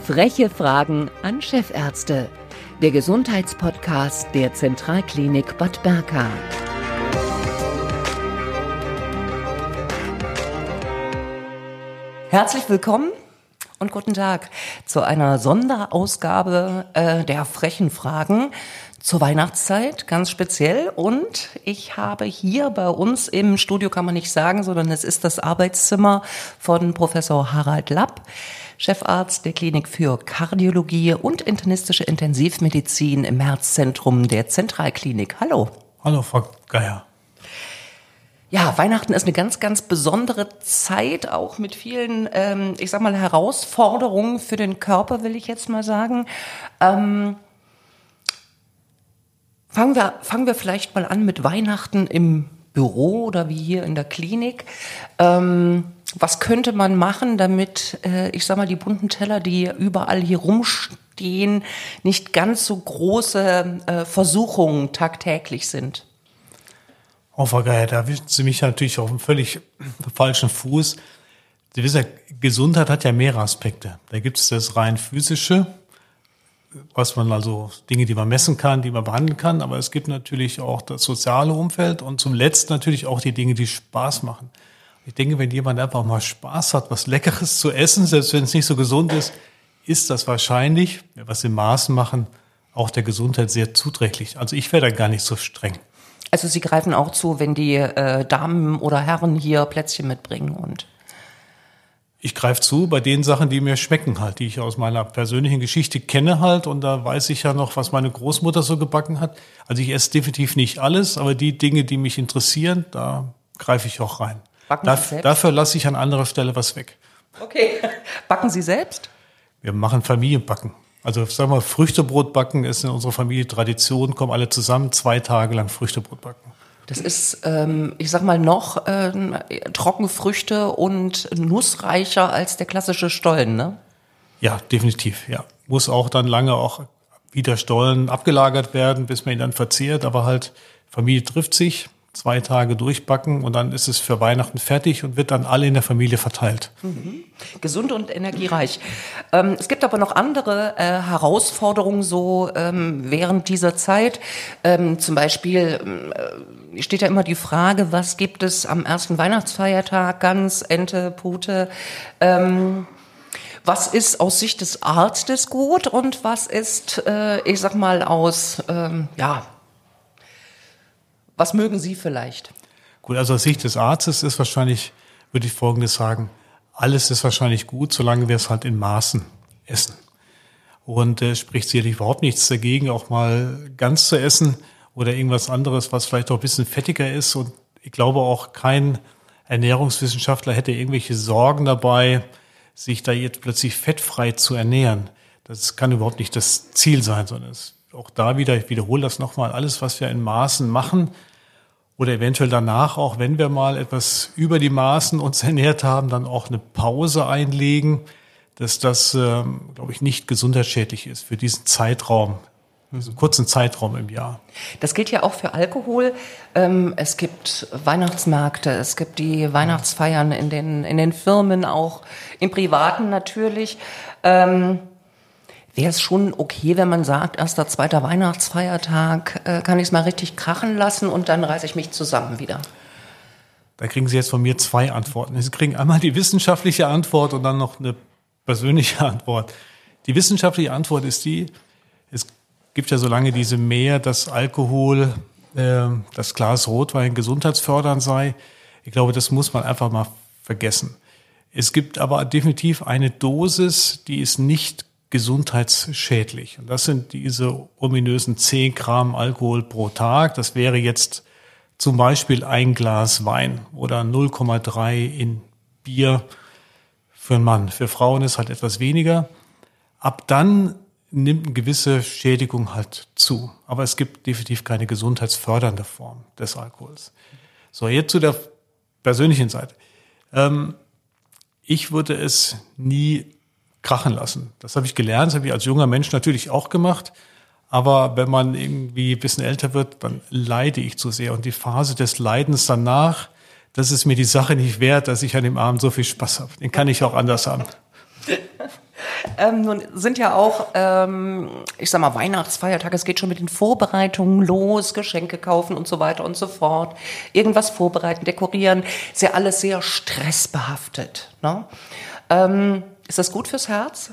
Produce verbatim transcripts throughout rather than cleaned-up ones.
Freche Fragen an Chefärzte. Der Gesundheitspodcast der Zentralklinik Bad Berka. Herzlich willkommen und guten Tag zu einer Sonderausgabe äh, der frechen Fragen zur Weihnachtszeit, ganz speziell. Und ich habe hier bei uns im Studio, kann man nicht sagen, sondern es ist das Arbeitszimmer von Professor Harald Lapp, Chefarzt der Klinik für Kardiologie und internistische Intensivmedizin im Herzzentrum der Zentralklinik. Hallo. Hallo, Frau Geier. Ja, Weihnachten ist eine ganz, ganz besondere Zeit, auch mit vielen, ähm, ich sag mal, Herausforderungen für den Körper, will ich jetzt mal sagen. Ähm, fangen wir, fangen wir vielleicht mal an mit Weihnachten im Büro oder wie hier in der Klinik. Ähm, was könnte man machen, damit, äh, ich sag mal, die bunten Teller, die überall hier rumstehen, nicht ganz so große äh, Versuchungen tagtäglich sind? Oh, Frau Geier, da erwischen Sie mich natürlich auf einem völlig falschen Fuß. Sie wissen ja, Gesundheit hat ja mehrere Aspekte. Da gibt es das rein physische, was man also, Dinge, die man messen kann, die man behandeln kann. Aber es gibt natürlich auch das soziale Umfeld und zum Letzten natürlich auch die Dinge, die Spaß machen. Ich denke, wenn jemand einfach mal Spaß hat, was Leckeres zu essen, selbst wenn es nicht so gesund ist, ist das wahrscheinlich, was in Maßen machen, auch der Gesundheit sehr zuträglich. Also ich wäre da gar nicht so streng. Also Sie greifen auch zu, wenn die äh, Damen oder Herren hier Plätzchen mitbringen und... Ich greife zu bei den Sachen, die mir schmecken halt, die ich aus meiner persönlichen Geschichte kenne halt. Und da weiß ich ja noch, was meine Großmutter so gebacken hat. Also ich esse definitiv nicht alles, aber die Dinge, die mich interessieren, da greife ich auch rein. Backen da, Sie selbst? Dafür lasse ich an anderer Stelle was weg. Okay. Backen Sie selbst? Wir machen Familienbacken. Also sagen wir, Früchtebrot backen ist in unserer Familie Tradition, kommen alle zusammen, zwei Tage lang Früchtebrot backen. Das ist, ähm, ich sag mal, noch ähm, Trockenfrüchte und nussreicher als der klassische Stollen, ne? Ja, definitiv, ja. Muss auch dann lange auch wieder Stollen abgelagert werden, bis man ihn dann verzehrt. Aber halt, Familie trifft sich, zwei Tage durchbacken und dann ist es für Weihnachten fertig und wird dann alle in der Familie verteilt. Mhm. Gesund und energiereich. Ähm, es gibt aber noch andere äh, Herausforderungen so ähm, während dieser Zeit. Ähm, zum Beispiel äh, steht ja immer die Frage, was gibt es am ersten Weihnachtsfeiertag? Gans, Ente, Pute. Ähm, was ist aus Sicht des Arztes gut und was ist, äh, ich sag mal, aus, ähm, ja, was mögen Sie vielleicht? Gut, also aus Sicht des Arztes ist wahrscheinlich, würde ich Folgendes sagen, alles ist wahrscheinlich gut, solange wir es halt in Maßen essen. Und es äh, spricht sicherlich überhaupt nichts dagegen, auch mal ganz zu essen oder irgendwas anderes, was vielleicht auch ein bisschen fettiger ist. Und ich glaube auch, kein Ernährungswissenschaftler hätte irgendwelche Sorgen dabei, sich da jetzt plötzlich fettfrei zu ernähren. Das kann überhaupt nicht das Ziel sein, sondern es auch da wieder, ich wiederhole das nochmal, alles, was wir in Maßen machen oder eventuell danach, auch wenn wir mal etwas über die Maßen uns ernährt haben, dann auch eine Pause einlegen, dass das, ähm, glaube ich, nicht gesundheitsschädlich ist für diesen Zeitraum, diesen kurzen Zeitraum im Jahr. Das gilt ja auch für Alkohol. Ähm, es gibt Weihnachtsmärkte, es gibt die Weihnachtsfeiern in den, in den Firmen, auch im Privaten natürlich. Ähm, Wäre es schon okay, wenn man sagt, erster, zweiter Weihnachtsfeiertag, äh, kann ich es mal richtig krachen lassen und dann reiße ich mich zusammen wieder? Da kriegen Sie jetzt von mir zwei Antworten. Sie kriegen einmal die wissenschaftliche Antwort und dann noch eine persönliche Antwort. Die wissenschaftliche Antwort ist die, es gibt ja so lange diese Mehr, dass Alkohol, äh, das Glas Rotwein gesundheitsfördernd sei. Ich glaube, das muss man einfach mal vergessen. Es gibt aber definitiv eine Dosis, die ist nicht gesundheitsschädlich. Und das sind diese ominösen zehn Gramm Alkohol pro Tag. Das wäre jetzt zum Beispiel ein Glas Wein oder null Komma drei in Bier für einen Mann. Für Frauen ist halt etwas weniger. Ab dann nimmt eine gewisse Schädigung halt zu. Aber es gibt definitiv keine gesundheitsfördernde Form des Alkohols. So, jetzt zu der persönlichen Seite. Ähm, ich würde es nie krachen lassen. Das habe ich gelernt, das habe ich als junger Mensch natürlich auch gemacht. Aber wenn man irgendwie ein bisschen älter wird, dann leide ich zu sehr. Und die Phase des Leidens danach, das ist mir die Sache nicht wert, dass ich an dem Abend so viel Spaß habe. Den kann ich auch anders haben. Ähm, nun sind ja auch, ähm, ich sag mal, Weihnachtsfeiertage, es geht schon mit den Vorbereitungen los, Geschenke kaufen und so weiter und so fort. Irgendwas vorbereiten, dekorieren, ist ja alles sehr stressbehaftet. Ne? Ähm, ist das gut fürs Herz?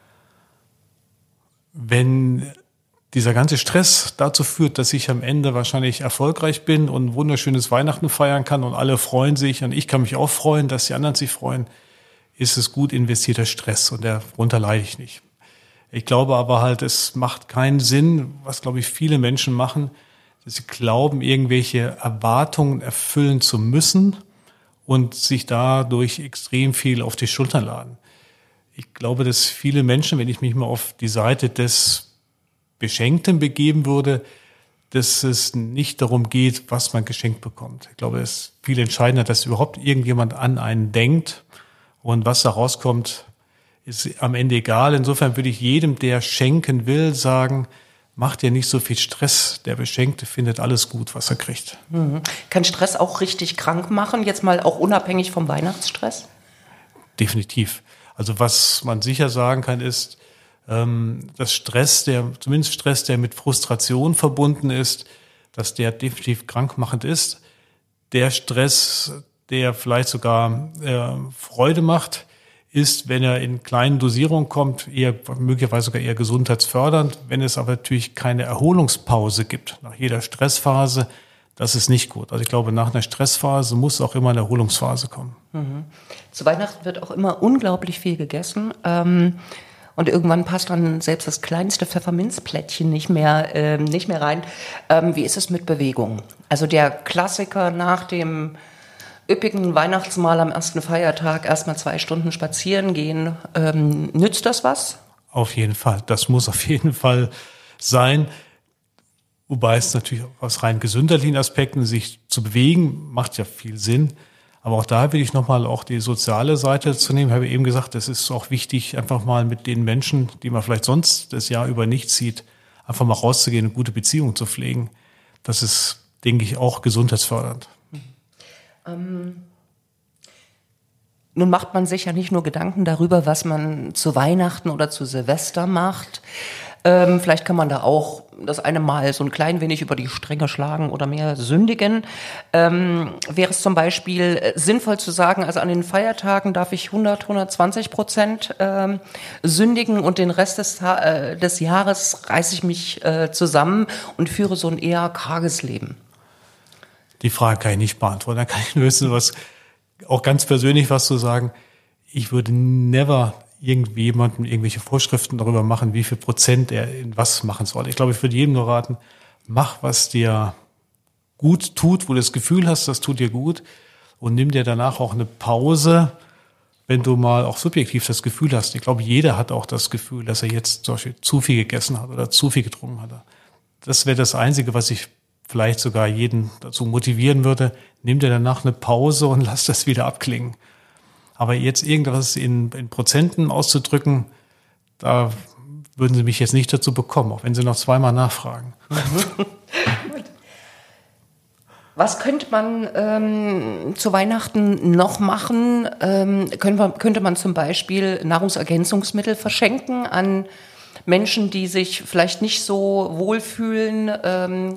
Wenn dieser ganze Stress dazu führt, dass ich am Ende wahrscheinlich erfolgreich bin und ein wunderschönes Weihnachten feiern kann und alle freuen sich und ich kann mich auch freuen, dass die anderen sich freuen, ist es gut investierter Stress und darunter leide ich nicht. Ich glaube aber halt, es macht keinen Sinn, was glaube ich viele Menschen machen, dass sie glauben, irgendwelche Erwartungen erfüllen zu müssen und sich dadurch extrem viel auf die Schultern laden. Ich glaube, dass viele Menschen, wenn ich mich mal auf die Seite des Beschenkten begeben würde, dass es nicht darum geht, was man geschenkt bekommt. Ich glaube, es ist viel entscheidender, dass überhaupt irgendjemand an einen denkt und was da rauskommt, ist am Ende egal. Insofern würde ich jedem, der schenken will, sagen, macht dir nicht so viel Stress. Der Beschenkte findet alles gut, was er kriegt. Mhm. Kann Stress auch richtig krank machen, jetzt mal auch unabhängig vom Weihnachtsstress? Definitiv. Also was man sicher sagen kann, ist, ähm, dass Stress, der zumindest Stress, der mit Frustration verbunden ist, dass der definitiv krankmachend ist. Der Stress, der vielleicht sogar äh, Freude macht, ist, wenn er in kleinen Dosierungen kommt, eher möglicherweise sogar eher gesundheitsfördernd. Wenn es aber natürlich keine Erholungspause gibt nach jeder Stressphase, das ist nicht gut. Also ich glaube, nach einer Stressphase muss auch immer eine Erholungsphase kommen. Mhm. Zu Weihnachten wird auch immer unglaublich viel gegessen. Ähm, und irgendwann passt dann selbst das kleinste Pfefferminzplättchen nicht mehr, äh, nicht mehr rein. Ähm, wie ist es mit Bewegung? Also der Klassiker nach dem üppigen Weihnachtsmahl am ersten Feiertag erstmal zwei Stunden spazieren gehen. Ähm, nützt das was? Auf jeden Fall. Das muss auf jeden Fall sein. Wobei es natürlich aus rein gesundheitlichen Aspekten, sich zu bewegen, macht ja viel Sinn. Aber auch da will ich nochmal auch die soziale Seite zu nehmen. Ich habe eben gesagt, es ist auch wichtig, einfach mal mit den Menschen, die man vielleicht sonst das Jahr über nicht sieht, einfach mal rauszugehen und gute Beziehungen zu pflegen. Das ist, denke ich, auch gesundheitsfördernd. Ähm, nun macht man sich ja nicht nur Gedanken darüber, was man zu Weihnachten oder zu Silvester macht. Ähm, vielleicht kann man da auch das eine Mal so ein klein wenig über die Stränge schlagen oder mehr sündigen. Ähm, wäre es zum Beispiel äh, sinnvoll zu sagen, also an den Feiertagen darf ich hundert, hundertzwanzig Prozent ähm, sündigen und den Rest des, äh, des Jahres reiße ich mich äh, zusammen und führe so ein eher karges Leben? Die Frage kann ich nicht beantworten. Da kann ich nur wissen, was, auch ganz persönlich was zu sagen. Ich würde never irgendjemandem irgendwelche Vorschriften darüber machen, wie viel Prozent er in was machen soll. Ich glaube, ich würde jedem nur raten, mach, was dir gut tut, wo du das Gefühl hast, das tut dir gut und nimm dir danach auch eine Pause, wenn du mal auch subjektiv das Gefühl hast. Ich glaube, jeder hat auch das Gefühl, dass er jetzt zum Beispiel zu viel gegessen hat oder zu viel getrunken hat. Das wäre das Einzige, was ich vielleicht sogar jeden dazu motivieren würde. Nimm dir danach eine Pause und lass das wieder abklingen. Aber jetzt irgendwas in, in Prozenten auszudrücken, da würden Sie mich jetzt nicht dazu bekommen, auch wenn Sie noch zweimal nachfragen. Was könnte man ähm, zu Weihnachten noch machen? Ähm, könnte, man, könnte man zum Beispiel Nahrungsergänzungsmittel verschenken an Menschen, die sich vielleicht nicht so wohlfühlen? Ähm,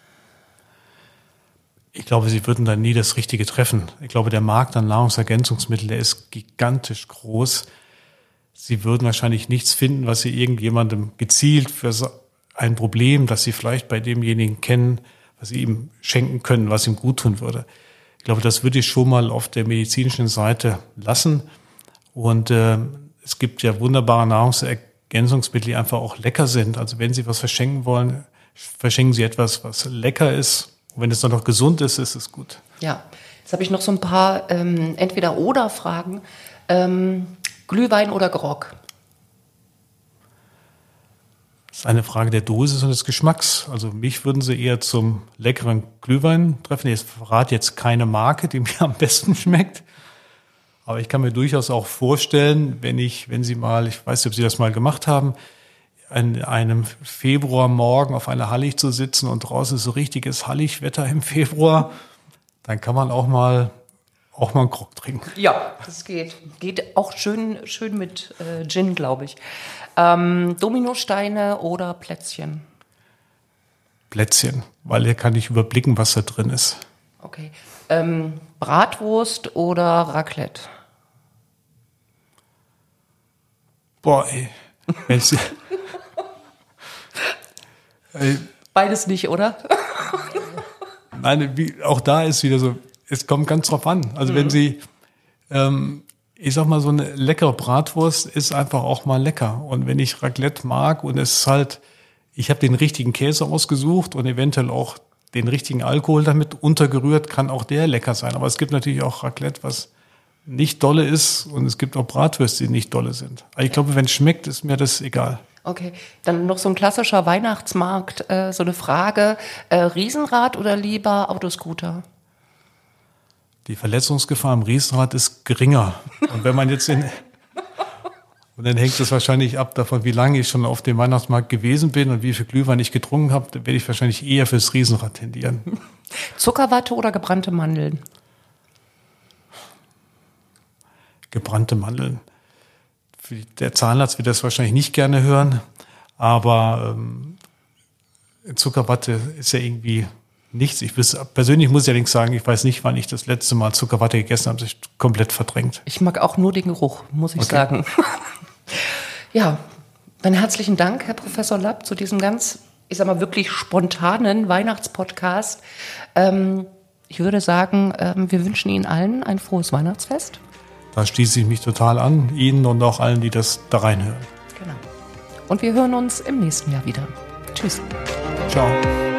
Ich glaube, Sie würden da nie das Richtige treffen. Ich glaube, der Markt an Nahrungsergänzungsmitteln, der ist gigantisch groß. Sie würden wahrscheinlich nichts finden, was Sie irgendjemandem gezielt für ein Problem, das Sie vielleicht bei demjenigen kennen, was Sie ihm schenken können, was ihm gut tun würde. Ich glaube, das würde ich schon mal auf der medizinischen Seite lassen. Und äh, es gibt ja wunderbare Nahrungsergänzungsmittel, die einfach auch lecker sind. Also wenn Sie was verschenken wollen, verschenken Sie etwas, was lecker ist. Und wenn es dann noch gesund ist, ist es gut. Ja, jetzt habe ich noch so ein paar ähm, Entweder-Oder-Fragen. Ähm, Glühwein oder Grog? Das ist eine Frage der Dosis und des Geschmacks. Also mich würden Sie eher zum leckeren Glühwein treffen. Ich verrate jetzt keine Marke, die mir am besten schmeckt. Aber ich kann mir durchaus auch vorstellen, wenn ich, wenn Sie mal, ich weiß nicht, ob Sie das mal gemacht haben, an einem Februarmorgen auf einer Hallig zu sitzen und draußen ist so richtiges Halligwetter im Februar, dann kann man auch mal auch mal einen Grog trinken. Ja, das geht. Geht auch schön, schön mit äh, Gin, glaube ich. Ähm, Dominosteine oder Plätzchen? Plätzchen, weil hier kann ich überblicken, was da drin ist. Okay. Ähm, Bratwurst oder Raclette? Boah, ey. Wenn's, ey. Beides nicht, oder? Nein, wie, auch da ist wieder so, es kommt ganz drauf an. Also mhm. wenn Sie, ähm, ich sag mal, so eine leckere Bratwurst ist einfach auch mal lecker. Und wenn ich Raclette mag und es ist halt, ich habe den richtigen Käse ausgesucht und eventuell auch den richtigen Alkohol damit untergerührt, kann auch der lecker sein. Aber es gibt natürlich auch Raclette, was nicht dolle ist, und es gibt auch Bratwürste, die nicht dolle sind. Aber ich glaube, wenn es schmeckt, ist mir das egal. Okay, dann noch so ein klassischer Weihnachtsmarkt, äh, so eine Frage, äh, Riesenrad oder lieber Autoscooter? Die Verletzungsgefahr im Riesenrad ist geringer. Und wenn man jetzt in... Und dann hängt es wahrscheinlich ab davon, wie lange ich schon auf dem Weihnachtsmarkt gewesen bin und wie viel Glühwein ich getrunken habe, dann werde ich wahrscheinlich eher fürs Riesenrad tendieren. Zuckerwatte oder gebrannte Mandeln? Gebrannte Mandeln. Der Zahnarzt wird das wahrscheinlich nicht gerne hören, aber ähm, Zuckerwatte ist ja irgendwie nichts. Ich weiß, persönlich muss ich allerdings sagen, ich weiß nicht, wann ich das letzte Mal Zuckerwatte gegessen habe, das ist komplett verdrängt. Ich mag auch nur den Geruch, muss ich okay. sagen. Ja, dann herzlichen Dank, Herr Professor Lapp, zu diesem ganz, ich sag mal, wirklich spontanen Weihnachtspodcast. Ähm, ich würde sagen, ähm, wir wünschen Ihnen allen ein frohes Weihnachtsfest. Da schließe ich mich total an, Ihnen und auch allen, die das da reinhören. Genau. Und wir hören uns im nächsten Jahr wieder. Tschüss. Ciao.